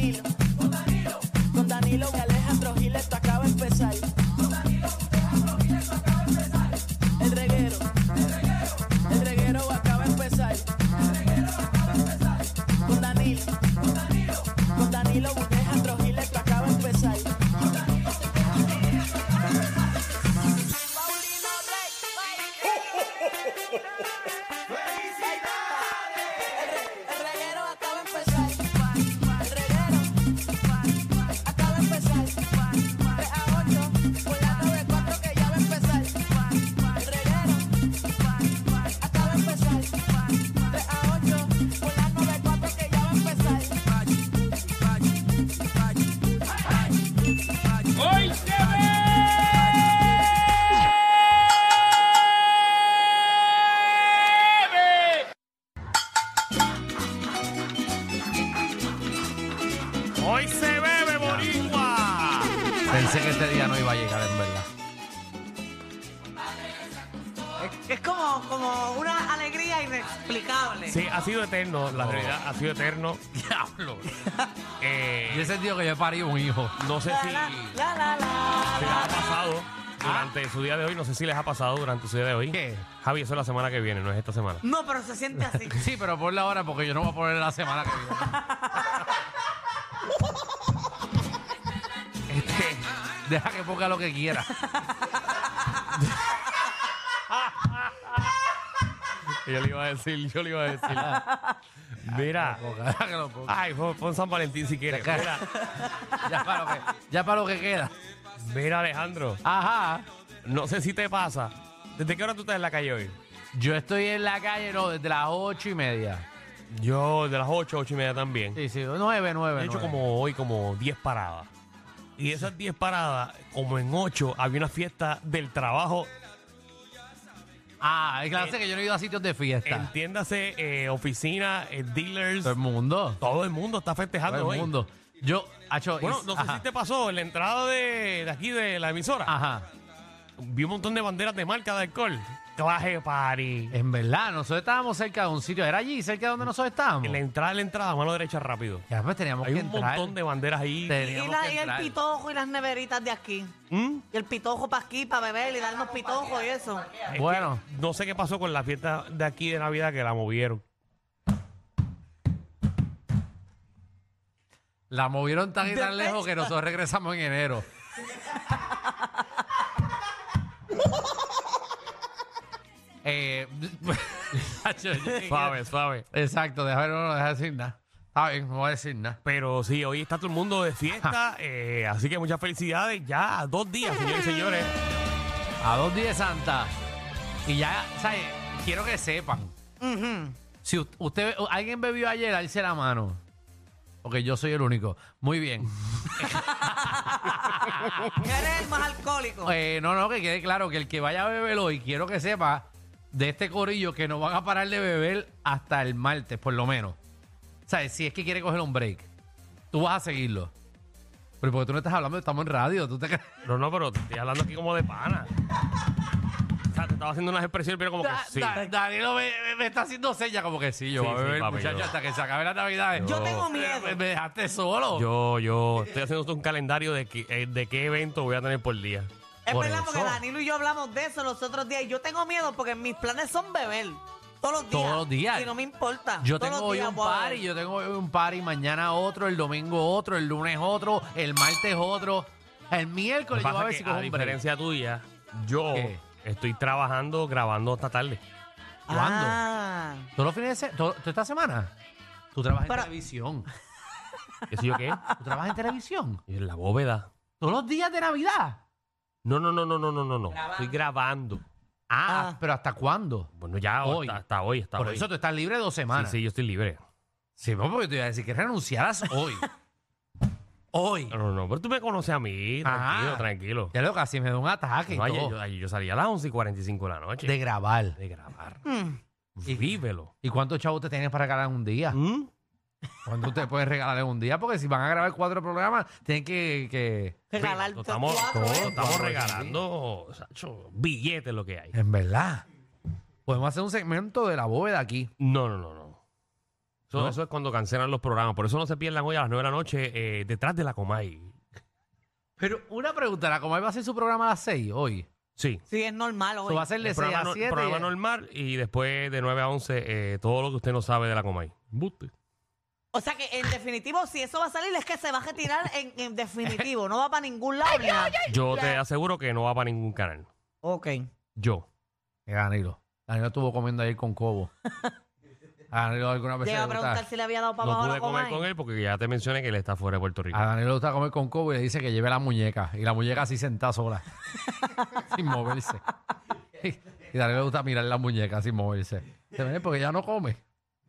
Con Danilo y Alejandro Giles, esto acaba de empezar. El reguero acaba de empezar. Con Danilo y Alejandro Giles, esto acaba de empezar. Paulino Rey. El reguero acaba de empezar. El reguero acaba de empezar. 3 a 8 por la 94 que ya va a empezar. El reguero acaba de empezar. 3 a 8 por la 94 que ya va a empezar. ¡Hoy se bebe! ¡Hoy se bebe, boricua! Pensé que este día no iba a llegar, en verdad. Es como una alegría inexplicable. Sí, ha sido eterno, la realidad ha sido eterno. ¡Diablo! Eh, Yo he sentido que yo he parido un hijo. no sé si La, les ha pasado durante su día de hoy, no sé si les ha pasado durante su día de hoy. ¿Qué? Javi, eso es la semana que viene, no es esta semana. No, pero se siente así. Sí, pero ponla ahora porque yo no voy a poner la semana que viene. Deja que ponga lo que quiera. Yo le iba a decir. Mira. Deja que lo ponga. Ay, pon San Valentín si quieres. Mira, Ya para lo que queda. mira, Alejandro, Ajá. no sé si te pasa. ¿Desde qué hora tú estás en la calle hoy? Yo estoy en la calle, no, desde las 8:30. Yo de las 8:30 también. Sí, 9. He hecho como 10 paradas. Y esas 10 paradas, como en 8, había una fiesta del trabajo. Ah, es clase que yo no he ido a sitios de fiesta. Entiéndase, oficina, dealers. Todo el mundo. Todo el mundo está festejando Todo el hoy. mundo. Yo, Acho, Bueno, no sé ajá. si te pasó en la entrada de aquí de la emisora. Ajá. Vi un montón de banderas de marca de alcohol. Clase party. En verdad, nosotros estábamos cerca de un sitio. ¿Era allí, cerca de donde nosotros estábamos? En la entrada, mano derecha rápido. Ya pues teníamos Hay que un entrar. montón de banderas ahí. Teníamos que Y el entrar. pitojo y las neveritas de aquí. ¿Mm? Y el pitojo para aquí, para beber y darnos pitojos y eso. Es Bueno. que no sé qué pasó con la fiesta de aquí de Navidad que la movieron. La movieron tan y De tan lejos fecha. que nosotros regresamos en enero. Acho, Suave. Exacto, no deja de decir nada. Está bien, no voy a decir nada. Pero sí, hoy está todo el mundo de fiesta. Así que muchas felicidades. Ya a 2 días, señores y señores. A 2 días de Santa. Y ya, ¿sabes? Quiero que sepan. Si usted, alguien bebió ayer, alce la mano. Porque yo soy el único. Muy bien. Eres el más alcohólico. No, que quede claro que el que vaya a beber hoy, quiero que sepa de este corillo que no van a parar de beber hasta el martes, por lo menos. ¿Sabes? Si es que quiere coger un break, tú vas a seguirlo. Pero porque tú no estás hablando, estamos en radio. ¿Tú te crees? No, pero te estoy hablando aquí como de pana. O sea, te estaba haciendo unas expresiones, pero como que sí. Danilo me está haciendo señas como que sí, yo Sí, voy a sí, beber, papi, muchacho, yo. hasta que se acabe la Navidad. Yo tengo miedo. Me dejaste solo. Yo estoy haciendo un calendario de qué evento voy a tener por día. Es por verdad, eso. porque Danilo y yo hablamos de eso los otros días. Y yo tengo miedo porque mis planes son beber. Todos los días. Todos los días. Y no me importa. Yo Todos tengo los hoy días un voy a party, beber. yo tengo hoy un party, mañana otro, el domingo otro, el lunes otro, el martes otro, el Lo miércoles que yo voy pasa a ver es si que, cojo a un break. diferencia tuya, yo ¿Qué? estoy trabajando, grabando esta tarde. ¿Cuándo? Ah. ¿Todos los fines de semana? ¿Toda esta semana? Tú trabajas Pero- en televisión. ¿Qué sé yo qué? ¿Tú trabajas en televisión? Y en la bóveda. ¿Todos los días de Navidad? No. Estoy grabando. Ah, ¿pero hasta cuándo? Bueno, ya Hoy. hasta hoy. Por eso tú estás libre 2 semanas. Sí, yo estoy libre. Sí, pues, porque te iba a decir que renunciaras hoy. Hoy. No, pero tú me conoces a mí. Tranquilo, Ajá. tranquilo. Ya lo casi me da un ataque y No, todo. ayer yo salí a las 11:45 de la noche. De grabar. De grabar. Y- Vívelo. ¿Y cuántos chavos te tienes para regalar en un día? ¿Mm? ¿Cuánto te puedes regalar en un día? Porque si van a grabar 4 programas, tienen que... Regalar Lo estamos, cuatro, todo, ¿eh? estamos Cuatro, regalando, Sacho, billetes lo que hay. En verdad. Podemos hacer un segmento de la bóveda aquí. No. Eso es cuando cancelan los programas. Por eso no se pierdan hoy a las 9 de la noche detrás de la Comay. Pero una pregunta, ¿la Comay va a hacer su programa a las 6 hoy? Sí. Sí, es normal ¿O hoy. va a ser de El 6 programa, a 7? programa normal y después de 9 a 11 todo lo que usted no sabe de la Comay. Buste. O sea que en definitivo, si eso va a salir, es que se va a retirar en definitivo. No va para ningún lado ni nada. Yo te aseguro que no va para ningún canal. Ok. Yo. Danilo. Danilo estuvo comiendo ayer con Cobo. A Danilo alguna vez Llega a le gusta. preguntar si le había dado para No abajo a pude la comer Comay. con él porque ya te mencioné que él está fuera de Puerto Rico. A Danilo le gusta comer con Cobo y le dice que lleve la muñeca. Y la muñeca así sentada sola. sin moverse. Y Danilo le gusta mirar la muñeca sin moverse. ¿Se ve? Porque ya no come.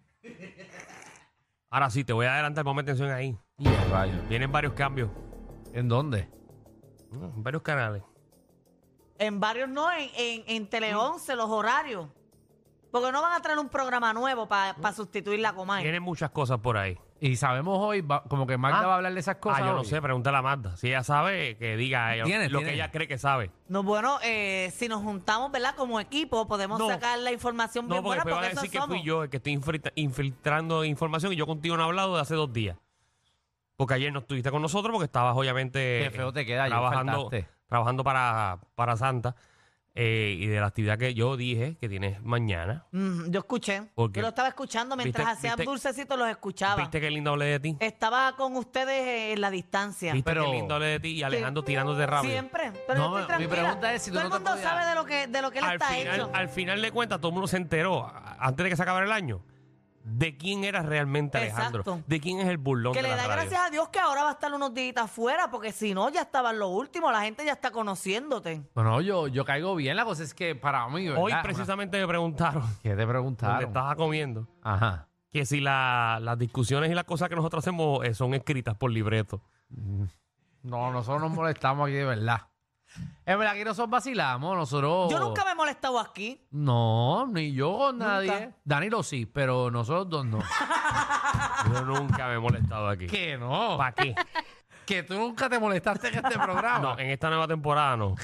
Ahora sí, te voy a adelantar, ponme atención ahí. Y el rayo. Vienen varios cambios. ¿En dónde? En varios canales. En varios no, en Tele 11, los horarios. Porque no van a traer un programa nuevo para sustituir la Comay. Vienen muchas cosas por ahí. Y sabemos hoy, como que Magda va a hablar de esas cosas. yo no hoy. sé, pregúntale a Magda. Si ella sabe, que diga a ella ¿Tienes? lo que ella cree que sabe. No, bueno, si nos juntamos, ¿verdad? Como equipo, podemos No. sacar la información No, bien porque buena, después van porque a eso decir que somos. fui yo el que estoy infiltrando información y yo contigo no he hablado de hace 2 días. Porque ayer no estuviste con nosotros porque estabas obviamente Qué feo te queda, ayer trabajando, faltaste. trabajando para Santa. Y de la actividad que yo dije que tienes mañana. Yo escuché. ¿Por qué? Yo lo estaba escuchando mientras ¿Viste- hacían viste- dulcecitos, los escuchaba. ¿Viste qué lindo hablé de ti? Estaba con ustedes en la distancia. ¿Viste Pero- qué lindo hablé de ti? Y Alejandro tirándote rápido. Siempre. Pero No, yo estoy mi tranquila. pregunta es si tú todo no el te mundo podías- sabe de lo que él está hecho. Al final de cuentas, todo el mundo se enteró, antes de que se acabara el año, de quién era realmente Alejandro. Exacto. De quién es el burlón Que de le la da radio. gracias a Dios que ahora va a estar unos días afuera, porque si no, ya estaba en lo último. La gente ya está conociéndote. No, yo caigo bien. La cosa es que para mí, ¿verdad? Hoy precisamente me preguntaron, ¿Qué te donde preguntaron? estaba comiendo, Ajá. que si las discusiones y las cosas que nosotros hacemos son escritas por libreto. No, nosotros nos molestamos aquí de verdad. Es verdad que nosotros vacilamos, nosotros... Yo nunca me he molestado aquí. No, ni yo con nadie. Nunca. Danilo sí, pero nosotros dos no. Yo nunca me he molestado aquí. ¿Qué no? ¿Para qué? Que tú nunca te molestaste en este programa. No, en esta nueva temporada no.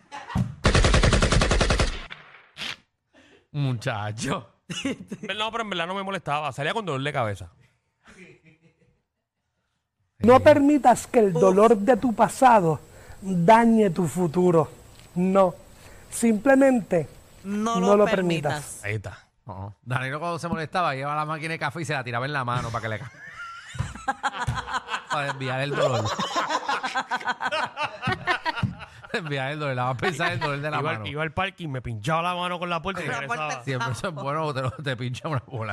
Muchacho. No, pero en verdad no me molestaba. Salía con dolor de cabeza. No permitas que el dolor de tu pasado dañe tu futuro. No. Simplemente No lo permitas. Ahí está. No. Danilo cuando se molestaba llevaba la máquina de café y se la tiraba en la mano para que le para desviar el dolor. desviar el dolor. La va a pensar el dolor de la mano. Iba al parque y me pinchaba la mano con la puerta y La regresaba. puerta- Siempre eso es bueno o te pincha una bola.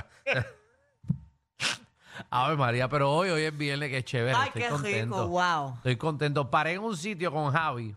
A ver, María, pero hoy es viernes, que es chévere. Ay, Estoy qué contento. rico, wow. Estoy contento. Paré en un sitio con Javi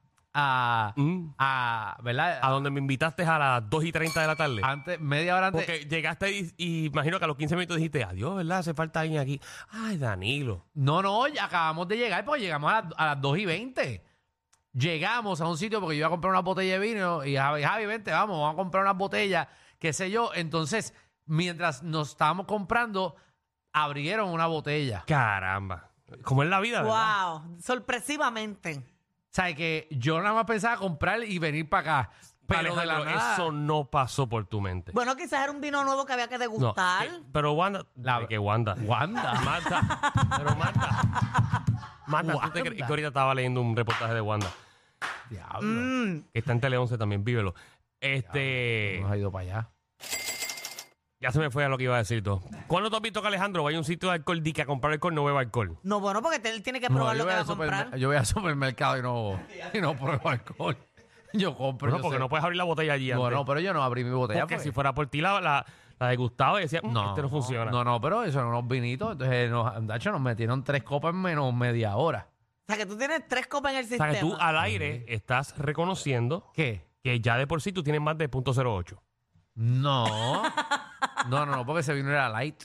¿verdad? A donde me invitaste a las 2:30 de la tarde. Antes, media hora antes. Porque llegaste y imagino que a los 15 minutos dijiste, adiós, ¿verdad? Hace falta alguien aquí. Ay, Danilo. No, ya acabamos de llegar porque llegamos a las 2:20. Llegamos a un sitio porque yo iba a comprar una botella de vino y Javi, vente, vamos a comprar una botella, qué sé yo. Entonces, mientras nos estábamos comprando, abrieron una botella. Caramba. Como es la vida, ¿verdad? Wow. Sorpresivamente. O sea, que yo nada más pensaba comprar y venir para acá. Pero de la Alejandro, nada, eso no pasó por tu mente. Bueno, quizás era un vino nuevo que había que No, degustar. pero Wanda... ¿De qué Wanda? Wanda. Marta. Pero Marta. Marta, ¿tú te Wanda. crees que ahorita estaba leyendo un reportaje de Wanda? Diablo. Que está en Tele 11 también, vívelo. Nos ha ido para allá. Ya se me fue a lo que iba a decir todo. ¿Cuándo tú has visto que Alejandro vaya a un sitio de alcohol y que a comprar alcohol no beba alcohol? No, bueno, porque él tiene que No, probar yo lo que voy va a al comprar. yo voy al supermercado y no pruebo alcohol. Yo compro. No, yo porque sé. no puedes abrir la botella allí antes. Bueno, pero yo no abrí mi botella. porque pues. si fuera por ti la degustaba y decía, este no funciona. No, pero eso eran unos vinitos. Entonces, nos metieron 3 copas en menos media hora. O sea, que tú tienes 3 copas en el O sistema. sea, que tú al aire estás reconociendo ¿Qué? que ya de por sí tú tienes más de 0.08. No. no, porque ese vino era light.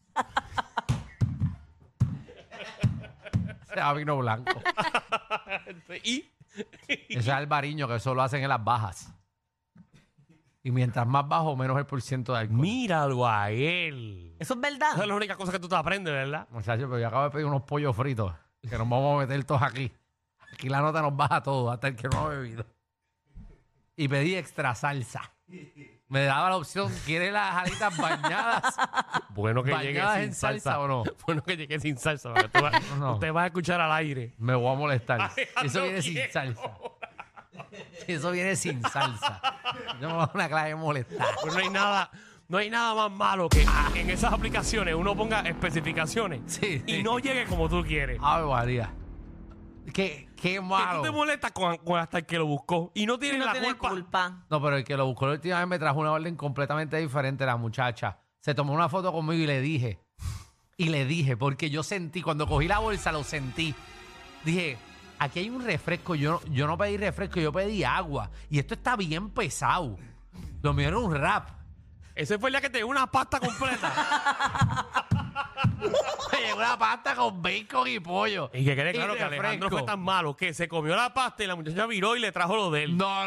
Era vino blanco. Y Ese es albariño, que eso lo hacen en las bajas. Y mientras más bajo, menos el porciento de alcohol. míralo a él. Eso es verdad. Esa es la única cosa que tú te aprendes, ¿verdad? Muchachos, pero yo acabo de pedir unos pollos fritos que nos vamos a meter todos aquí. Aquí la nota nos baja todo, hasta el que no ha bebido. Y pedí extra salsa. Me daba la opción, ¿quiere las alitas bañadas? Bueno que llegue ¿Bañadas sin en salsa salsa o no? Bueno que llegue sin salsa. Porque No. usted va a escuchar al aire. Me voy a molestar. Alejandro Eso viene sin Viejo. salsa. Eso viene sin salsa. Yo me voy a dar una clase de molestar. Pues no hay nada más malo que en esas aplicaciones uno ponga especificaciones Sí, y sí. no llegue como tú quieres. Ave María. Qué Que tú malo. te molestas con hasta el que lo buscó y no Y tiene no la tiene culpa. culpa. No, pero el que lo buscó la última vez me trajo una orden completamente diferente, la muchacha. Se tomó una foto conmigo y le dije, porque yo sentí, cuando cogí la bolsa lo sentí. Dije, aquí hay un refresco, yo no pedí refresco, yo pedí agua. Y esto está bien pesado. Lo mío era un rap. Ese fue el día que te dio una pasta completa. Me llegó una pasta con bacon y pollo. Y que quede claro que refresco. Alejandro fue tan malo que se comió la pasta y la muchacha viró y le trajo lo de él. No.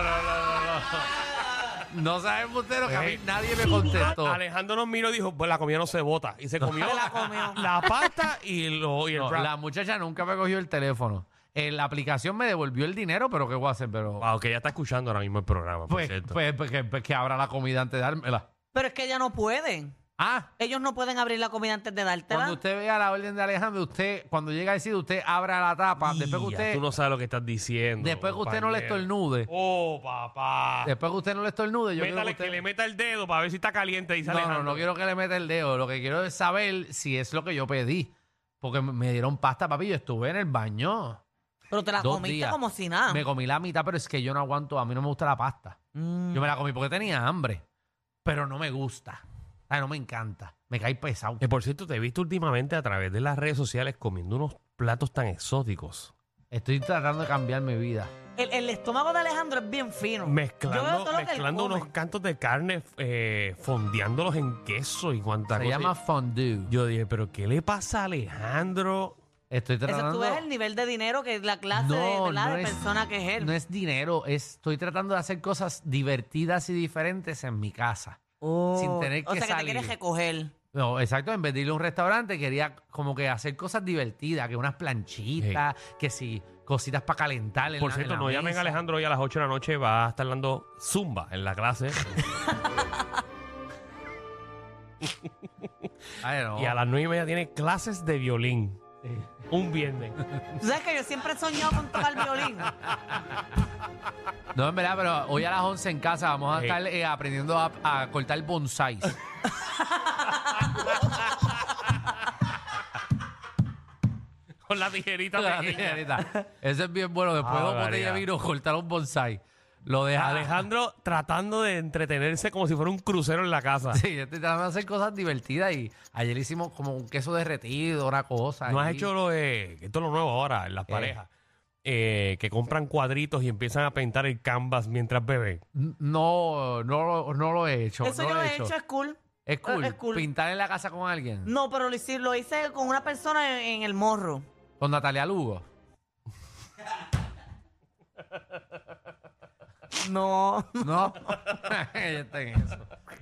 No sabes, Montero, que a mí Eh, nadie me contestó. Alejandro nos miró y dijo, pues la comida no se bota. Y se comió Se la comió. la pasta y el No, wrap. la muchacha nunca me cogió el teléfono. La aplicación me devolvió el dinero, pero ¿qué voy a hacer? Pero Wow, que ella está escuchando ahora mismo el programa, por cierto. que abra la comida antes de dármela. Pero es que ya no pueden. Ah, Ellos no pueden abrir la comida antes de dártela. cuando usted vea la orden de Alejandro, usted, cuando llega a decir, usted abra la tapa, después que Ya, usted, tú no sabes lo que estás diciendo. después que usted no le compañero. estornude, Oh, papá. después que usted no le estornude, yo quiero Métale, que usted... que le meta el dedo para ver si está caliente. Dice No, Alejandro. no quiero que le meta el dedo. Lo que quiero es saber si es lo que yo pedí. Porque me dieron pasta, papi. Yo estuve en el baño. Pero te la 2 comiste días. como si nada. Me comí la mitad, pero es que yo no aguanto. A mí no me gusta la pasta. Mm. Yo me la comí porque tenía hambre. Pero no me gusta. Ay, no me encanta. Me cae pesado. Que por cierto, te he visto últimamente a través de las redes sociales comiendo unos platos tan exóticos. Estoy tratando de cambiar mi vida. El estómago de Alejandro es bien fino. Yo veo Mezclando, todo lo que él mezclando come. unos cantos de carne, fondeándolos en queso y cuanta Se cosa. llama fondue. Yo dije, ¿pero qué le pasa a Alejandro? Estoy Eso tratando... tú ves el nivel de dinero que es la clase de, ¿verdad? de persona que es él. No es dinero. Estoy tratando de hacer cosas divertidas y diferentes en mi casa. Oh, sin tener o que sea, que te salir. quieres recoger. No, exacto, en vez de ir a un restaurante quería como que hacer cosas divertidas, que unas planchitas, que sí, cositas para calentar. Por cierto, no llamen a Alejandro hoy a las 8 de la noche, va a estar dando zumba en la clase. Ay, no. Y a las 9:30 tiene clases de violín. Un viernes. Tú sabes que yo siempre he soñado con tocar violín. No, en verdad, pero hoy a las 11 en casa vamos a Sí. estar aprendiendo a cortar bonsáis. Con la tijerita La pequeña. tijerita. Eso es bien bueno. Después de dos María. botellas de vino, cortar un bonsai. Lo deja. Alejandro tratando de entretenerse como si fuera un crucero en la casa. Sí, yo estoy tratando de hacer cosas divertidas y ayer hicimos como un queso derretido, una cosa. ¿No has ahí. hecho lo de, esto es lo nuevo ahora en las parejas, que compran cuadritos y empiezan a pintar el canvas mientras beben? No lo he hecho. Eso no yo lo lo he hecho, es cool. Es cool. Es cool. Pintar en la casa con alguien. No, pero lo hice con una persona en el morro. Con Natalia Lugo. No. No. Ella está en eso.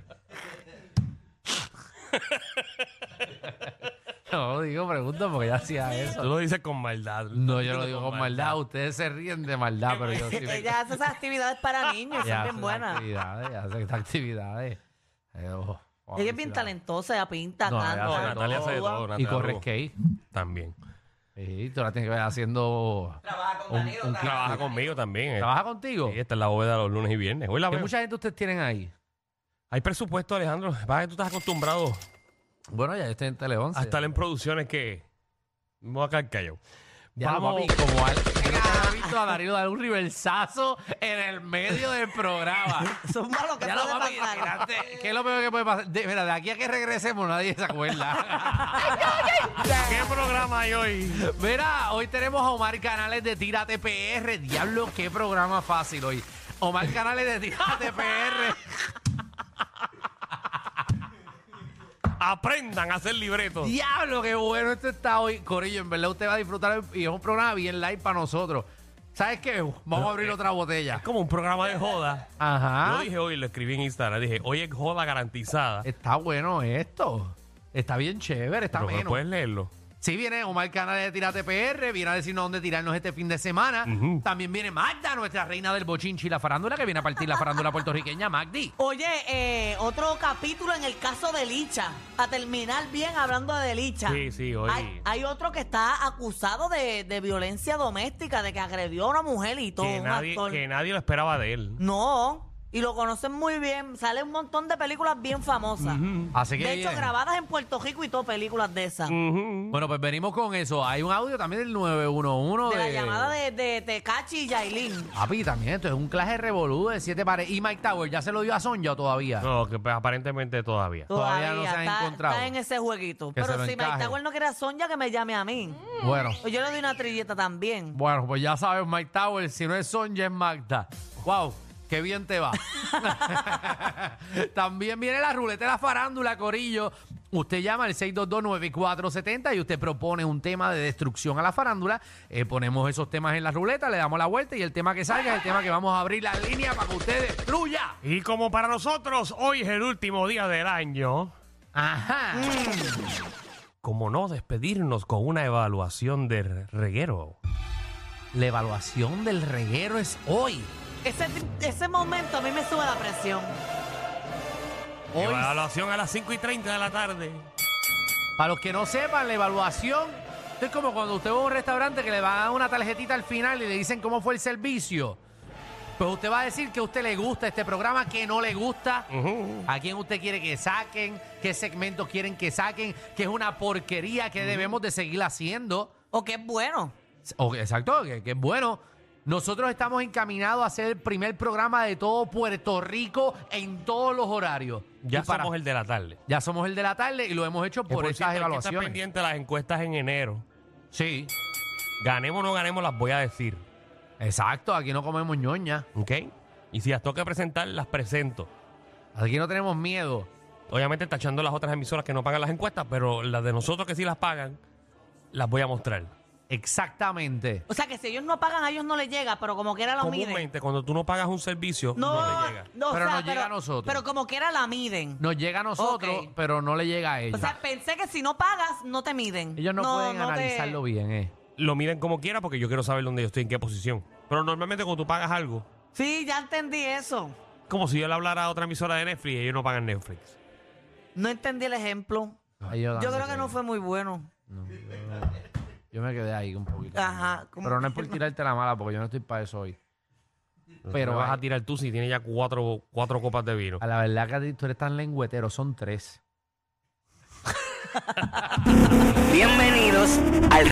No, digo, pregunto porque ella hacía Tú eso. lo dices con maldad. No, yo lo digo con maldad. Ustedes se ríen de maldad, pero yo sí. Ella hace esas actividades para niños, Ella son hace bien buenas. actividades, ella hace estas actividades. Ella es bien talentosa, ella pinta, No, ella canta. hace Natalia hace de todo. Y Natalia corre Lugo skate. También. Sí, tú la tienes que ver haciendo... Trabaja conmigo también. ¿Trabaja contigo? Sí, esta es la bóveda los lunes y viernes. Hoy la ¿Qué veo. mucha gente ustedes tienen ahí? Hay presupuesto, Alejandro. Pasa que tú estás acostumbrado Bueno, ya yo estoy en Tele 11. a estar en producciones que... Me voy a quedar callado. Ya, papi, como al... Yo nunca he visto a Darío dar un riversazo en el medio del programa. Son malos que Ya lo puede papi, pasar. imagínate, ¿qué es lo peor que puede pasar? Mira, de aquí a que regresemos nadie se acuerda. ¿Qué programa hay hoy? Mira, hoy tenemos a Omar Canales de Tírate PR. Diablo, qué programa fácil hoy. Omar Canales de Tírate PR. Aprendan a hacer libretos. Diablo, qué bueno esto está hoy. Corillo, en verdad usted va a disfrutar y es un programa bien live para nosotros. ¿Sabes qué? Vamos a abrir otra botella. Es como un programa de joda. Ajá. Yo dije hoy, lo escribí en Instagram, dije, hoy es joda garantizada. Está bueno esto. Está bien chévere, está Pero menos. puedes leerlo. Sí, viene Omar Canales de Tírate PR, viene a decirnos dónde tirarnos este fin de semana. También viene Magda, nuestra reina del bochinchi y la farándula, que viene a partir la farándula puertorriqueña, Magdi. Oye, otro capítulo en el caso de Licha. A terminar bien hablando de Licha. Sí, hoy. Hay otro que está acusado de violencia doméstica, de que agredió a una mujer y todo. Que nadie lo esperaba de él. No, y lo conocen muy bien. Sale un montón de películas bien famosas. Así que De hecho, viene. grabadas en Puerto Rico y todo, películas de esas. Bueno, pues venimos con eso. Hay un audio también del 911 De la llamada de Tecachi y Yailin. Papi, también esto es un clase de revolú de 7 pares. ¿Y Mike Tower ya se lo dio a Sonja o todavía? No, que pues, aparentemente todavía. Todavía no se han encontrado. Está en ese jueguito. Que se Pero lo si encaje. Mike Tower no quiere a Sonja, que me llame a mí. Bueno. O yo le doy una trilleta también. Bueno, pues ya sabes, Mike Tower, si no es Sonja, es Magda. ¡Wow! ¡Qué bien te va! También viene la ruleta de la farándula, corillo. Usted llama al 622-9470 y usted propone un tema de destrucción a la farándula. Ponemos esos temas en la ruleta, le damos la vuelta y el tema que salga es el tema que vamos a abrir la línea para que usted destruya. Y como para nosotros hoy es el último día del año, Ajá. como no despedirnos con una evaluación de reguero. La evaluación del reguero es hoy. Ese momento a mí me sube la presión. Hoy, Evaluación a las 5:30 de la tarde. para los que no sepan, la evaluación es como cuando usted va a un restaurante que le van a dar una tarjetita al final y le dicen cómo fue el servicio. Pues usted va a decir que a usted le gusta este programa, que no le gusta, a quién usted quiere que saquen, qué segmentos quieren que saquen, que es una porquería que debemos de seguir haciendo. O que es bueno. Exacto, que es bueno. Nosotros estamos encaminados a ser el primer programa de todo Puerto Rico en todos los horarios. Ya Y para- somos el de la tarde. Ya somos el de la tarde y lo hemos hecho Que por esas cierto, hay que estar evaluaciones. pendiente de las encuestas en enero. Sí, Ganemos o no ganemos, las voy a decir. exacto. Aquí no comemos ñoña. ¿Ok? Y si las tengo que presentar, las presento. Aquí no tenemos miedo. Obviamente tachando las otras emisoras que no pagan las encuestas, pero las de nosotros que sí las pagan, las voy a mostrar. Exactamente. O sea que si ellos no pagan, a ellos no les llega, pero como quiera lo miden. Comúnmente, cuando tú no pagas un servicio, no, te llega. Pero nos llega a nosotros. Pero como quiera la miden. Nos llega a nosotros, Ok. pero no le llega a ellos. O sea, pensé que si no pagas, no te miden. Ellos no pueden te- analizarlo bien, Lo miden como quiera porque yo quiero saber dónde yo estoy, en qué posición. Pero normalmente cuando tú pagas algo, Sí, ya entendí eso. como si yo le hablara a otra emisora de Netflix y ellos no pagan Netflix. No entendí el ejemplo. Yo creo que no fue muy bueno. Yo me quedé ahí un poquito. Ajá. como Pero no es que por tirarte la mala, porque yo no estoy para eso hoy. Pero Pero vas a tirar tú si tienes ya cuatro copas de vino. a la verdad que a ti tú eres tan lengüetero, son 3. Bienvenidos al